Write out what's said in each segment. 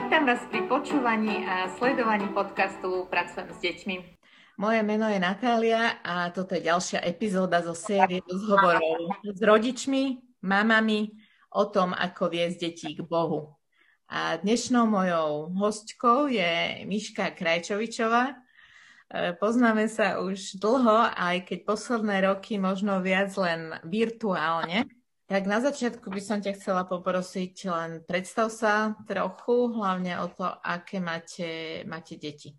Vítam vás pri počúvaní a sledovaní podcastu Pracujem s deťmi. Moje meno je Natália a toto je ďalšia epizóda zo série rozhovorov s rodičmi, mamami o tom, ako viesť deti k Bohu. A dnešnou mojou hostkou je Miška Krajčovičová. Poznáme sa už dlho, aj keď posledné roky možno viac len virtuálne. Tak na začiatku by som ťa chcela poprosiť, len predstav sa trochu, hlavne o to, aké máte deti.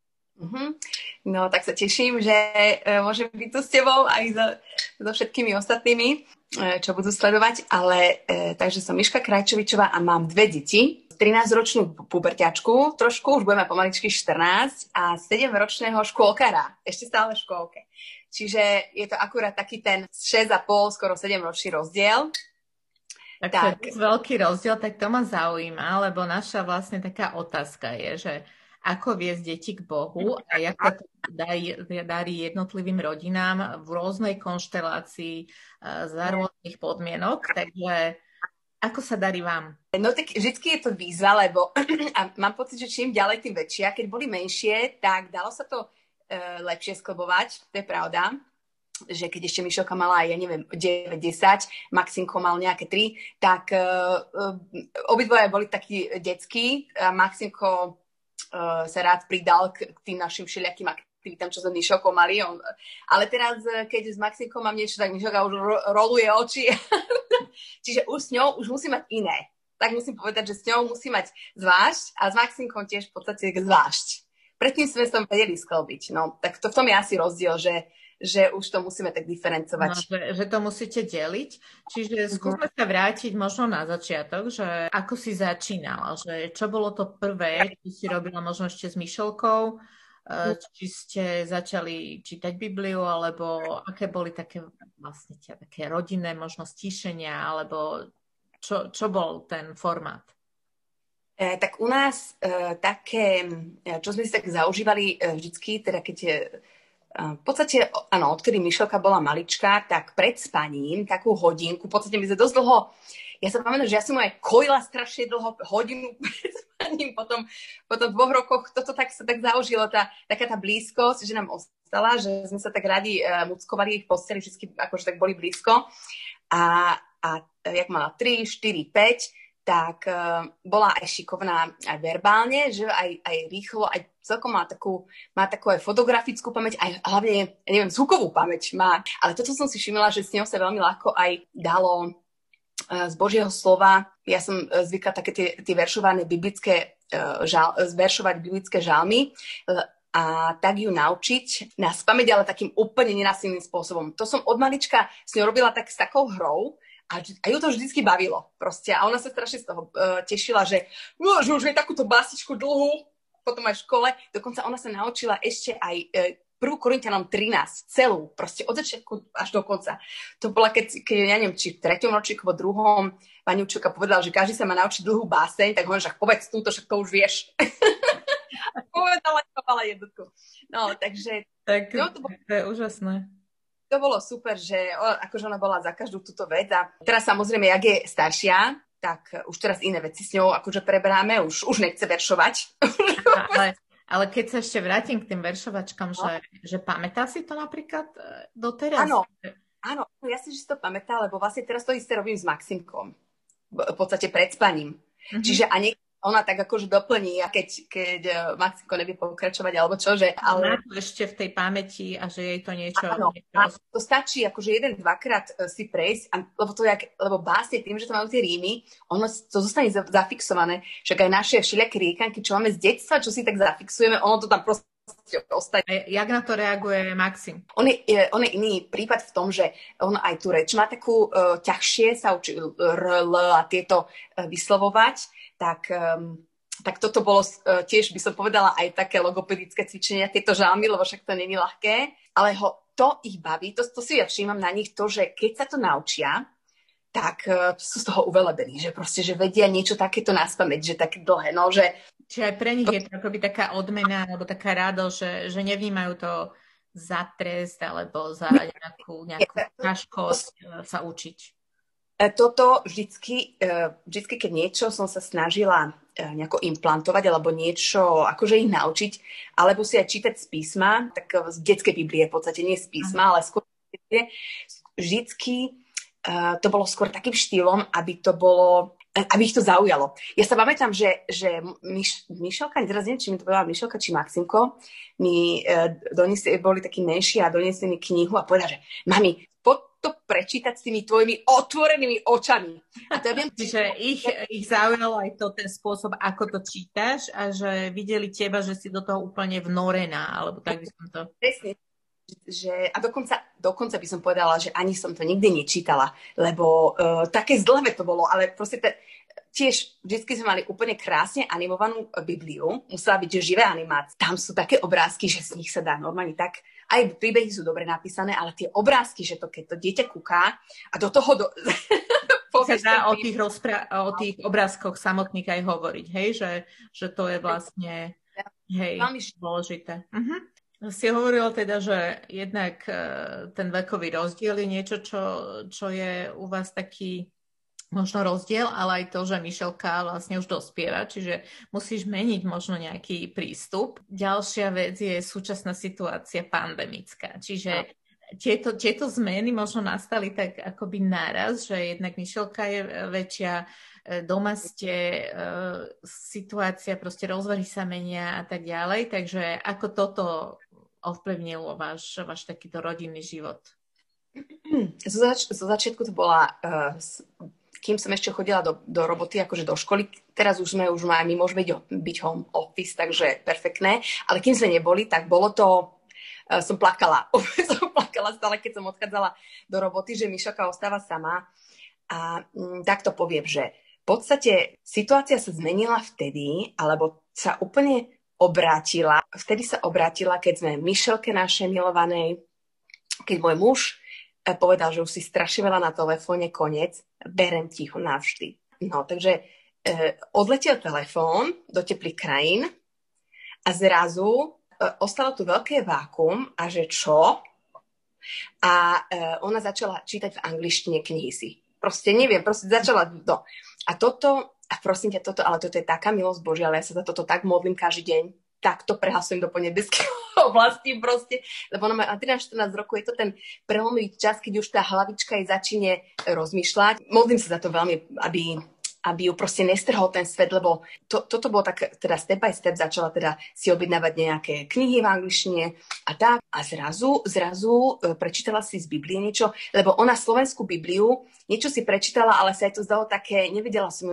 No, tak sa teším, že môžem byť tu s tebou aj so všetkými ostatnými, čo budú sledovať. Takže som Miška Krajčovičová a mám 2 deti. 13-ročnú puberťačku, trošku, už budeme pomaličky 14 a 7-ročného škôlkara, ešte stále v škôlke. Čiže je to akurát taký ten 6,5, skoro 7-ročný rozdiel. Tak. To je veľký rozdiel, tak to ma zaujíma, lebo naša vlastne taká otázka je, že ako viesť deti k Bohu a ako to darí jednotlivým rodinám v rôznej konštelácii za rôznych podmienok. Takže ako sa darí vám? No tak vždycky je to výzva, lebo a mám pocit, že čím ďalej, tým väčšia. Keď boli menšie, tak dalo sa to lepšie sklbovať, to je pravda, že keď ešte Mišelka mala, ja neviem, 9-10, Maxinko mal nejaké 3, tak obidvoje boli takí detskí. Maxinko sa rád pridal k tým našim všelijakým aktivitám, čo sme Mišelkou mali. Ale teraz, keď s Maxinkom mám niečo, tak Mišelka už roluje oči. Čiže už s ňou už musí mať iné. Tak musím povedať, že s ňou musí mať zvlášť a s Maxinkom tiež v podstate zvlášť. Predtým sme sa vedeli sklbiť. No, tak to v tom je asi rozdiel, že už to musíme tak diferencovať. No, že to musíte deliť. Čiže skúsme sa vrátiť možno na začiatok, že ako si začínala, že čo bolo to prvé, čo si robila možno ešte s Mišelkou, či ste začali čítať Bibliu, alebo aké boli také vlastne také rodinné možno stíšenia, alebo čo bol ten formát? Tak u nás také, čo sme si tak zaužívali vždycky, teda keď v podstate, áno, odkedy Mišelka bola maličká, tak pred spaním, takú hodinku, v podstate my sme dosť dlho, ja sa pamätám, že ja som aj kojila strašne dlho, hodinu pred spaním, potom po 2 rokoch toto sa tak zaužilo, taká tá blízkosť, že nám ostala, že sme sa tak radi muckovali ich posteli, vždycky akože tak boli blízko a jak mala 3, 4, 5, tak bola aj šikovná aj verbálne, že aj rýchlo, aj celkom má takú aj fotografickú pamäť, aj hlavne, neviem, zvukovú pamäť má. Ale toto som si všimla, že s ňou sa veľmi ľahko aj dalo z Božieho slova. Ja som zvykla také tie veršované veršovať biblické žalmy a tak ju naučiť na spamäť, ale takým úplne nenásilným spôsobom. To som od malička s ňou robila tak s takou hrou, a ju to vždycky bavilo proste. A ona sa strašne z toho tešila, že už je takúto básničku dlhú, potom aj v škole. Dokonca ona sa naučila ešte aj 1. Korinťanom 13, celú, proste od začiatku až do konca. To bola, keď ja neviem, či v 3. ročníku, vo 2. pani učiteľka povedala, že každý sa má naučiť dlhú báseň, tak hovorím, že povedz túto, však to už vieš. Povedala, že mala jednotku. No, takže... Tak to je úžasné. To bolo super, že akože ona bola za každú túto vec a teraz samozrejme, jak je staršia, tak už teraz iné veci s ňou akože preberáme, už nechce veršovať. Ale keď sa ešte vrátim k tým veršovačkám, že pamätá si to napríklad doteraz? Áno, ja si to pamätá, lebo vlastne teraz to isté robím s Maximkom, v podstate pred spaním. Mm-hmm. Čiže a ona tak akože doplní, a keď Maximko nevie pokračovať, alebo čo, že... Ale... Má to ešte v tej pamäti a že jej to niečo... Áno, to stačí akože 1-2 krát si prejsť, lebo básne tým, že to majú tie rímy, ono to zostane zafixované. Však aj naše všelijaké riekanky, čo máme z detstva, čo si tak zafixujeme, ono to tam proste ostane. A jak na to reaguje Maxim? On je iný prípad v tom, že on aj tú reč má takú ťažšie, sa učí r, l a tieto vyslovovať, tak toto bolo tiež, by som povedala, aj také logopedické cvičenia, tieto žalmy, lebo však to nie je ľahké, ale to ich baví, to si ja všímam na nich to, že keď sa to naučia, tak sú z toho uvelebení, že proste, že vedia niečo takéto naspamäť, že také dlhé, no, že... Čiže aj pre nich je to akoby taká odmena, alebo taká radosť, že nevnímajú to za trest, alebo za nejakú ťažkosť sa učiť. Toto vždycky, keď niečo som sa snažila nejako implantovať alebo niečo, akože ich naučiť, alebo si aj čítať z písma, tak z detskej Biblie v podstate, nie z písma, ale skôr vždycky to bolo skôr takým štýlom, aby ich to zaujalo. Ja sa pamätám, že Mišelka, teraz neviem, či mi to povedala Mišelka, či Maximko, mi boli takí menší a doniesli mi knihu a povedala, že mami, poď to prečítať s tými tvojimi otvorenými očami. A to ja viem, čiže ich zaujalo aj to, ten spôsob, ako to čítaš a že videli teba, že si do toho úplne vnorená, alebo tak by som to... Presne. A dokonca by som povedala, že ani som to nikdy nečítala, lebo také zdlhavé to bolo, ale proste tiež vždy sme mali úplne krásne animovanú Bibliu, musela byť živé animácie. Tam sú také obrázky, že z nich sa dá normálne tak, aj príbehy sú dobre napísané, ale tie obrázky, že to keď to dieťa kúká a do toho sa dá o tých obrázkoch samotných aj hovoriť, hej, že to je vlastne dôležité. Si hovorila teda, že jednak ten vekový rozdiel je niečo, čo je u vás taký možno rozdiel, ale aj to, že Mišelka vlastne už dospieva, čiže musíš meniť možno nejaký prístup. Ďalšia vec je súčasná situácia pandemická, čiže tieto zmeny možno nastali tak akoby naraz, že jednak Mišelka je väčšia, doma ste, situácia, proste rozvrhy sa menia a tak ďalej, takže ako toto ovplyvnilo váš takýto rodinný život? Zo začiatku to bola, kým som ešte chodila do roboty, akože do školy, teraz už my môžeme byť home office, takže perfektné, ale kým sme neboli, tak bolo to, som plakala stále, keď som odchádzala do roboty, že Mišelka ostáva sama a tak to poviem, že v podstate situácia sa zmenila vtedy, alebo sa úplne vtedy sa obrátila, keď sme Mišelke našej milovanej, keď môj muž povedal, že už si strašne veľa na telefóne, koniec, berem ti ho navždy. No, takže odletel telefón do teplých krajín a zrazu ostalo tu veľké vákuum a že čo? A ona začala čítať v angličtine knihy si. Proste neviem, začala to. A prosím ťa, ale toto je taká milosť Božia, ale ja sa za toto tak modlím každý deň, tak to prehlasujem do nebeského oblasti proste, lebo ona má 13-14 rokov, je to ten prelomový čas, keď už tá hlavička jej začíne rozmýšľať. Modlím sa za to veľmi, aby ju proste nestrhol ten svet, lebo toto bolo tak, teda step by step začala teda si objednávať nejaké knihy v angličtine a tak. A zrazu prečítala si z Biblie niečo, lebo ona slovenskú Bibliu, niečo si prečítala, ale sa jej to zdalo také, nevedela som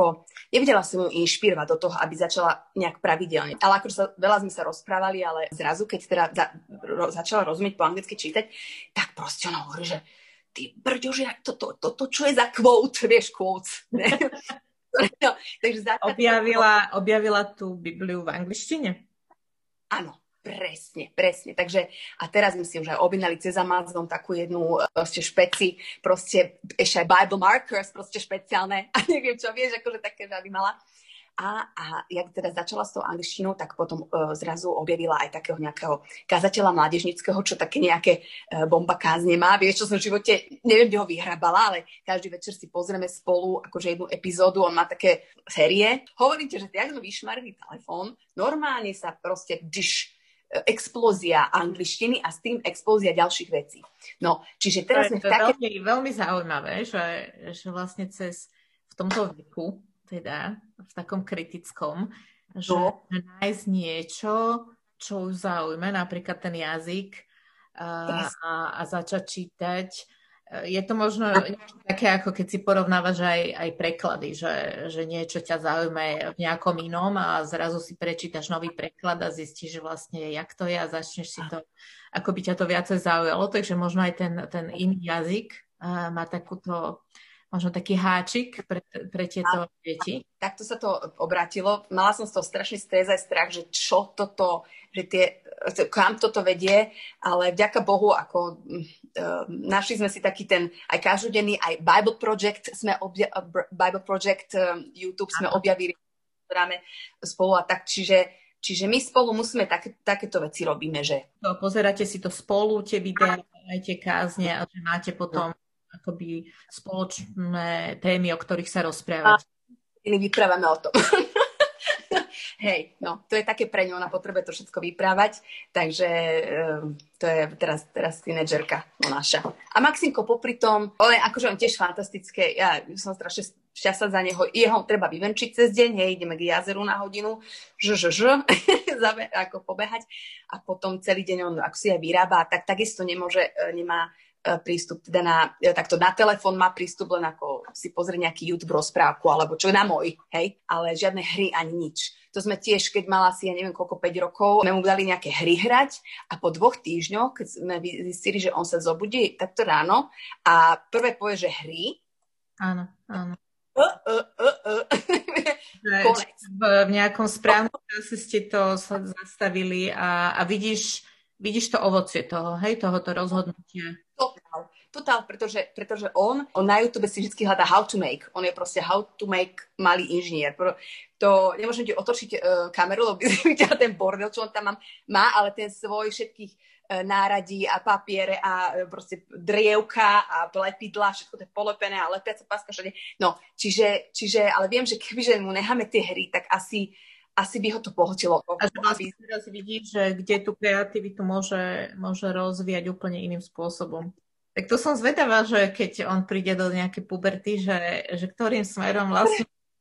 ju inšpirovať do toho, aby začala nejak pravidelne. Ale akože veľa sme sa rozprávali, ale zrazu, keď teda začala rozumieť po anglicky čítať, tak proste ona hovorí, že ty brďože, toto čo je za quote, vieš, quotes. No, takže objavila tú Bibliu v angličtine? Áno, presne. Takže a teraz sme si už aj objednali cez Amazon takú jednu proste špeci, proste ešte aj Bible markers, proste špeciálne a neviem čo, vieš, akože také, že by mala. A jak teda začala s tou angličtinou, tak potom zrazu objavila aj takého nejakého kazateľa mládežnického, čo také nejaké bomba kázne má. Vieš, čo som v živote, neviem, kde ho vyhrabala, ale každý večer si pozrieme spolu akože jednu epizódu, on má také série. Hovorím ti, že jak sme vyšmarili telefón, normálne sa proste explózia angličtiny a s tým explózia ďalších vecí. No, čiže teraz sme veľmi, veľmi zaujímavé, že vlastne v tomto veku, teda v takom kritickom, že nájsť niečo, čo už zaujme, napríklad ten jazyk a začať čítať. Je to možno také, ako keď si porovnávaš aj preklady, že niečo ťa zaujme v nejakom inom a zrazu si prečítaš nový preklad a zistíš, že vlastne jak to je a začneš si to, ako by ťa to viacej zaujalo. Takže možno aj ten iný jazyk má takúto možno taký háčik pre tieto deti. Takto sa to obrátilo. Mala som z toho strašný stres aj strach, že čo toto, kam toto vedie, ale vďaka Bohu, ako našli sme si taký ten aj každodenný, aj Bible Project YouTube sme objavili spolu a tak, čiže my spolu musíme takéto veci robíme, že... Pozeráte si to spolu, tie videá, aj tie kázne a že máte potom akoby spoločné témy, o ktorých sa rozprávať. Vyprávame o tom. Hej, no, to je také pre ňu, ona potrebuje to všetko vyprávať, takže to je teraz tínedžerka naša. A Maximko popri tom, akože on tiež fantastické, ja som strašne šťastná za neho, jeho treba vyvenčiť cez deň, hej, ideme k jazeru na hodinu, ako pobehať a potom celý deň on, ako si aj vyrába, tak takisto nemá prístup teda takto na telefón má prístup len ako si pozrieť nejaký YouTube rozprávku alebo čo na môj, hej, ale žiadne hry ani nič. To sme tiež, keď mala si, ja neviem koľko, 5 rokov, sme mu dali nejaké hry hrať a po 2 týždňoch, keď sme zistili, že on sa zobudí takto ráno a prvé povie, že hry. Áno. V nejakom správnom čase ste to zastavili a vidíš to ovocie toho, hej, tohoto rozhodnutia. Totál, pretože on na YouTube si vždy hľadá how to make. On je proste how to make malý inžinier. To nemôžem ti otočiť kameru, lebo by si videla ten bordel, čo on tam má, ale ten svoj všetkých náradí a papiere a proste drievka a lepidla, všetko to je polepené a lepiaca páska všade. No, čiže, ale viem, že kebyže mu necháme tie hry, tak asi by ho to pohltilo. A že teraz vidíš, že kde tú kreativitu môže rozvíjať úplne iným spôsobom. Tak to som zvedavá, že keď on príde do nejakej puberty, že ktorým smerom vlastne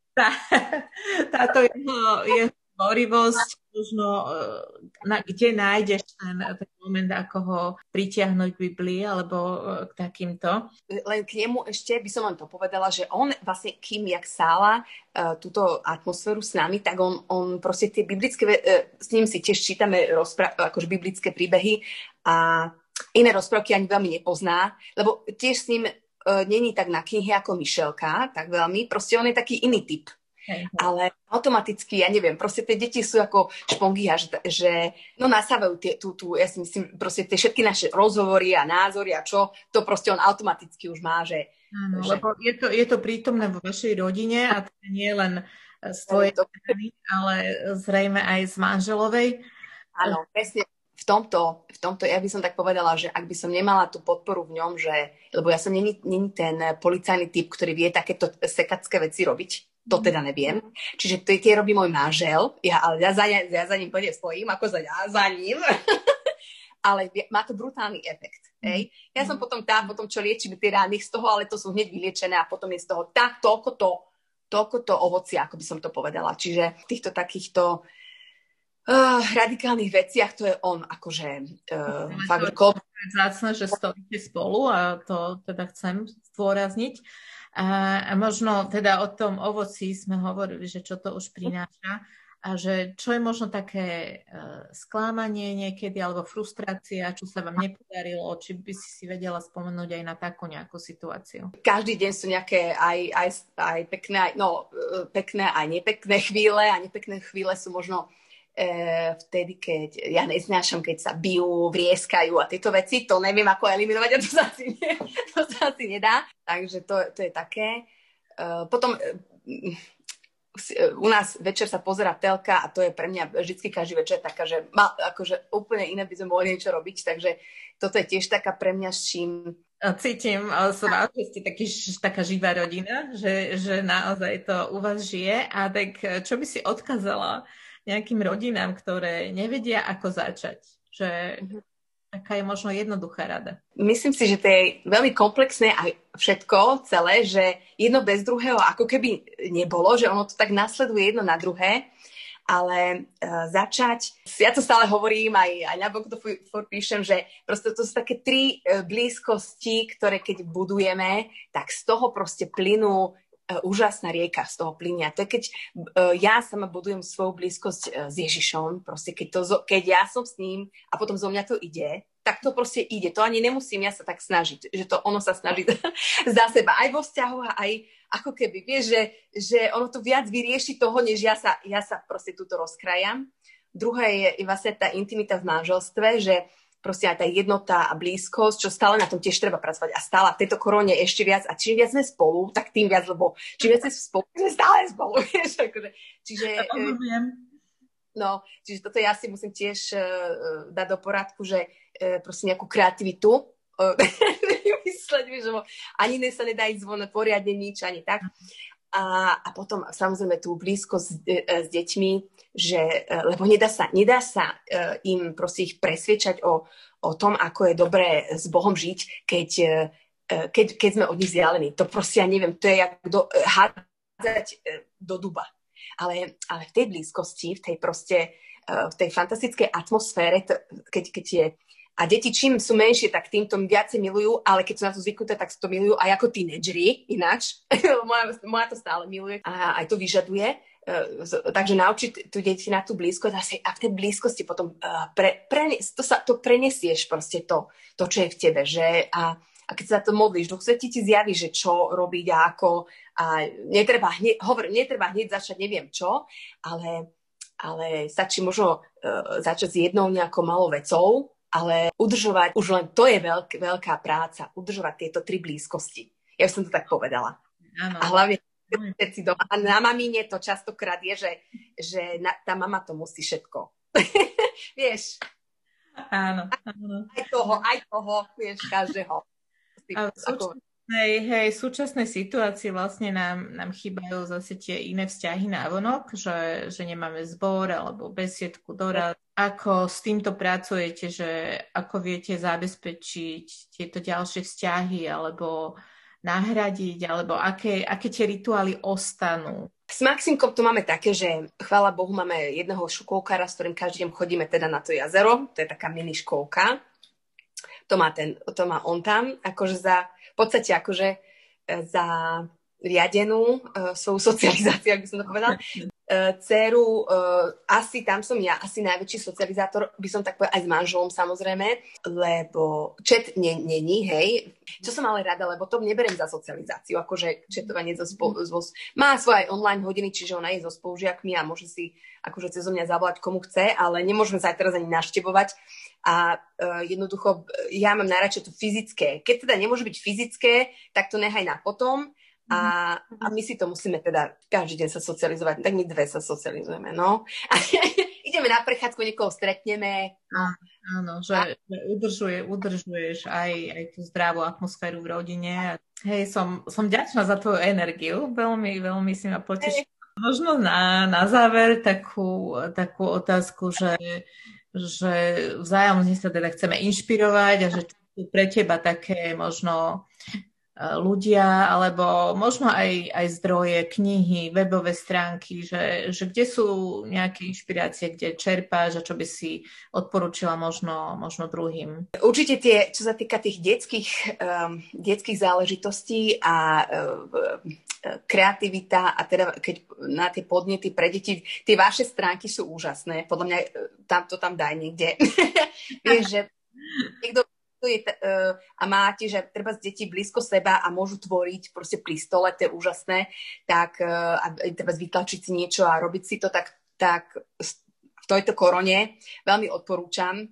táto jeho tvorivosť, možno kde nájdeš ten moment, ako ho pritiahnuť k Biblii alebo k takýmto. Len k nemu ešte by som len to povedala, že on vlastne, kým jak sála túto atmosféru s nami, tak on proste tie biblické, s ním si tiež čítame akože biblické príbehy a iné rozprávky ani veľmi nepozná, lebo tiež s ním není tak na knihy ako Mišelka, tak veľmi, proste on je taký iný typ. Ale automaticky, ja neviem, proste tie deti sú ako špongy, že nasávajú ja si myslím, proste tie všetky naše rozhovory a názory a čo, to proste on automaticky už má, že... Áno, lebo je to prítomné vo vašej rodine a to nie len z tvojej strany, ale zrejme aj z manželovej. Áno, presne. V tomto ja by som tak povedala, že ak by som nemala tú podporu v ňom, lebo ja som není ten policajný typ, ktorý vie takéto sekacké veci robiť, to teda neviem. Čiže tie robí môj manžel, ale ja za ním pôjdem svojím, ako za ním. Ale má to brutálny efekt. Hej? Ja som potom čo liečím tie rány z toho, ale to sú hneď vyliečené a potom je z toho toľko to ovocia, ako by som to povedala. Čiže v týchto takýchto radikálnych veciach to je on akože fakt vzácne, že stojíte spolu a to teda chcem zdôrazniť. A možno teda o tom ovoci sme hovorili, že čo to už prináša a že čo je možno také sklamanie niekedy alebo frustrácia, čo sa vám nepodarilo, či by si vedela spomenúť aj na takú nejakú situáciu. Každý deň sú nejaké aj pekné, pekné aj nepekné chvíle a nepekné chvíle sú možno vtedy, keď ja neznášam, keď sa bijú, vrieskajú a tieto veci, to neviem ako eliminovať a to sa asi nedá. Takže to je také. Potom u nás večer sa pozerá telka a to je pre mňa vždy každý večer taká, že akože úplne iné by sme mohli niečo robiť, takže toto je tiež taká pre mňa s čím... Cítim, som rád, že ste taká živá rodina, že naozaj to u vás žije. A tak čo by si odkázala nejakým rodinám, ktoré nevedia, ako začať? Že taká je možno jednoduchá rada. Myslím si, že to je veľmi komplexné aj všetko celé, že jedno bez druhého ako keby nebolo, že ono to tak nasleduje jedno na druhé, ale začať, ja to stále hovorím, aj na blogu to píšem, že proste to sú také 3 blízkosti, ktoré keď budujeme, tak z toho proste plynú úžasná rieka z toho plynia. To je keď ja sama budujem svoju blízkosť s Ježišom, proste keď ja som s ním a potom zo mňa to ide, tak to proste ide. To ani nemusím ja sa tak snažiť, že to ono sa snaží za seba aj vo vzťahu a aj ako keby, vieš, že ono to viac vyrieši toho, než ja sa proste túto rozkrajam. Druhé je vlastne tá intimita v manželstve, že proste aj tá jednota a blízkosť, čo stále na tom tiež treba pracovať. A stále v tejto korone ešte viac. A čím viac sme spolu, tak tým viac, lebo čím viac sme spolu, sme stále spolu. Vieš, akože. Čiže toto ja si musím tiež dať do poradku, že proste nejakú kreativitu vymysleť, že ani sa nedá ísť von poriadne nič, ani tak. A potom samozrejme tú blízkosť s deťmi, že, lebo nedá sa im proste ich presviečať o tom, ako je dobré s Bohom žiť, keď sme od nich vzdialení. To proste ja neviem, to je jak hádzať do duba. Ale v tej blízkosti, v tej fantastickej atmosfére, keď je. A deti, čím sú menšie, tak týmto viacej milujú, ale keď sú na to zvyknuté, tak to milujú aj ako tínedžeri, ináč. Moja to stále miluje a aj to vyžaduje. Takže naučiť tu deti na tú blízkosť a v tej blízkosti potom to prenesieš proste to, čo je v tebe. Že? A keď sa to modlíš, Duch Svätý ti zjaví, že čo robiť a ako. A netreba hneď začať neviem čo, ale stačí možno začať s jednou nejakou malou vecou, ale udržovať, už len to je veľká práca, udržovať tieto 3 blízkosti. Ja by som to tak povedala. Áno. A hlavne všetci doma. A na mamine to častokrát je, že tá mama to musí všetko. Vieš? Áno. Aj toho, vieš, každého. V súčasnej situácii vlastne nám chýbajú zase tie iné vzťahy návonok, že nemáme zbor alebo besiedku doraz. Ako s týmto pracujete, že ako viete zabezpečiť tieto ďalšie vzťahy alebo nahradiť, alebo aké tie rituály ostanú? S Maximkom to máme také, že chvála Bohu máme jedného škôlkára, s ktorým každý deň chodíme teda na to jazero, to je taká mini škôlka. To má on tam, akože v podstate akože za riadenú svoju socializáciu, ak by som to povedala. Dceru, asi tam som ja, asi najväčší socializátor, by som tak povedala, aj s manželom samozrejme, lebo chat není, hej. Čo som ale rada, lebo to neberiem za socializáciu, akože chatovanie má svoje online hodiny, čiže ona je so spolužiakmi a môže si akože cez mňa zavolať komu chce, ale nemôžeme sa aj teraz ani navštevovať. A jednoducho, ja mám najradšej to fyzické. Keď teda nemôže byť fyzické, tak to nechaj na potom. A my si to musíme teda každý deň sa socializovať. Tak my 2 sa socializujeme, no. A ideme na prechádzku, niekoho stretneme. Áno, že udržuješ aj tú zdravú atmosféru v rodine. Hej, som vďačná za tvoju energiu. Veľmi, veľmi si ma potešila. Možno na záver takú otázku, že vzájomne sa teda chceme inšpirovať a že pre teba také možno ľudia, alebo možno aj zdroje, knihy, webové stránky, že kde sú nejaké inšpirácie, kde čerpáš a čo by si odporúčila možno druhým? Určite čo sa týka tých detských záležitostí a kreativita a teda keď na tie podnety pre deti, tie vaše stránky sú úžasné. Podľa mňa tam daj niekde. Vieš, že niekto a máte, že treba z detí blízko seba a môžu tvoriť proste pri stole, to je úžasné, tak a treba vytlačiť si niečo a robiť si to, tak v tejto korone veľmi odporúčam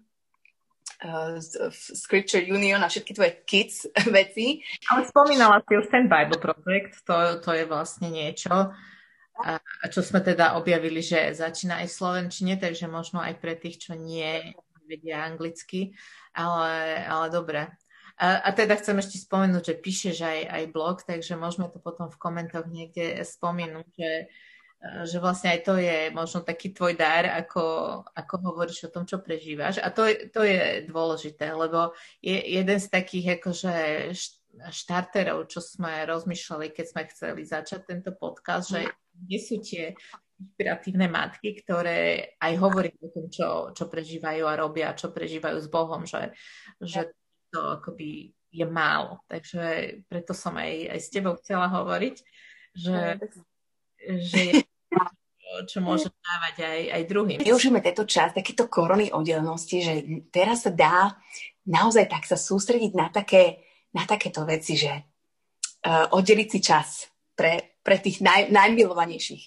Scripture Union a všetky tvoje kids veci. Ale spomínala si už ten Bible Project, to je vlastne niečo, a čo sme teda objavili, že začína aj v slovenčine, takže možno aj pre tých, čo nevedia anglicky, ale dobre. A teda chcem ešte spomenúť, že píšeš aj blog, takže môžeme to potom v komentoch niekde spomenúť, že vlastne aj to je možno taký tvoj dar, ako hovoríš o tom, čo prežívaš. A to je dôležité, lebo je jeden z takých akože štarterov, čo sme rozmýšľali, keď sme chceli začať tento podcast, že kde sú tie inšpiratívne matky, ktoré aj hovoria o tom, čo prežívajú a robia, čo prežívajú s Bohom, že to akoby je málo. Takže preto som aj s tebou chcela hovoriť, že je čo môže dávať aj druhým. Využijeme tento čas, takéto korony oddelenosti, že teraz sa dá naozaj tak sa sústrediť na takéto veci, že oddeliť si čas pre tých najmilovanejších.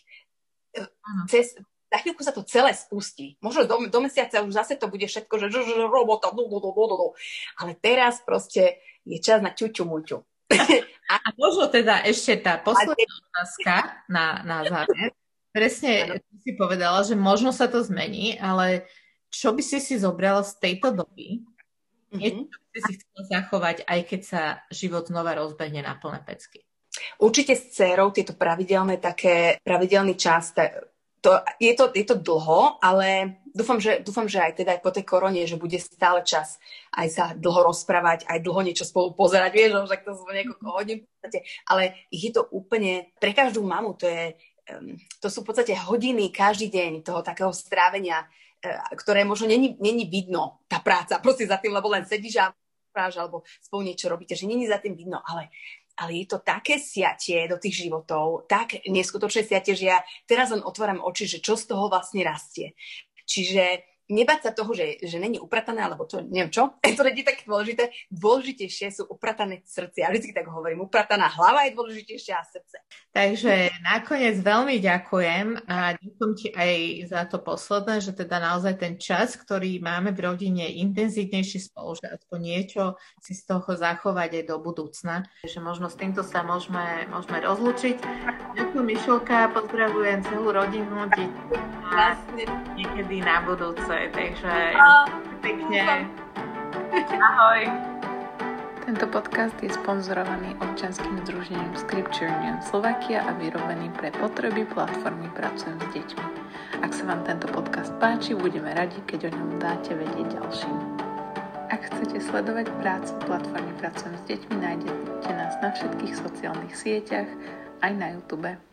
Za chvíľku sa to celé spustí. Možno do mesiaca už zase to bude všetko, že robota, ale teraz proste je čas na ťuťu-muťu. A možno teda ešte tá posledná otázka na záver. Presne si povedala, že možno sa to zmení, ale čo by si zobrala z tejto doby? Niečo by si chcela zachovať, aj keď sa život znova rozbehne na plné pecky? Určite s dcérou tieto pravidelný čas, je to dlho, ale dúfam, že aj teda aj po tej korone, že bude stále čas aj sa dlho rozprávať, aj dlho niečo spolu pozerať, vieš, že to sú niekoľko hodín v podstate, ale je to úplne, pre každú mamu to sú v podstate hodiny každý deň toho takého strávenia, ktoré možno není vidno, tá práca, proste za tým, lebo len sedíš a rozprávaš, alebo spolu niečo robíte, že není za tým vidno, ale je to také siatie do tých životov, tak neskutočné siatie, že ja teraz len otváram oči, že čo z toho vlastne rastie. Čiže nebať sa toho, že není upratané, alebo to neviem čo, to nie je tak dôležité. Dôležitejšie sú upratané srdcia. Ja vždy tak hovorím, uprataná hlava je dôležitejšia a srdce. Takže nakoniec veľmi ďakujem a ďakujem ti aj za to posledné, že teda naozaj ten čas, ktorý máme v rodine, je intenzívnejší spolu, že aspoň niečo si z toho zachovať aj do budúcna. Takže možno s týmto sa môžeme rozlúčiť. Ďakujem, Mišelka, pozdravujem celú rodinu, deti a niekedy na budúce. Takže pekne. Ahoj. Tento podcast je sponzorovaný občianskym združením Scripture Union Slovakia a vyrobený pre potreby platformy Pracujem s deťmi. Ak sa vám tento podcast páči, budeme radi, keď o ňom dáte vedieť ďalším. Ak chcete sledovať prácu platformy Pracujem s deťmi, nájdete nás na všetkých sociálnych sieťach, aj na YouTube.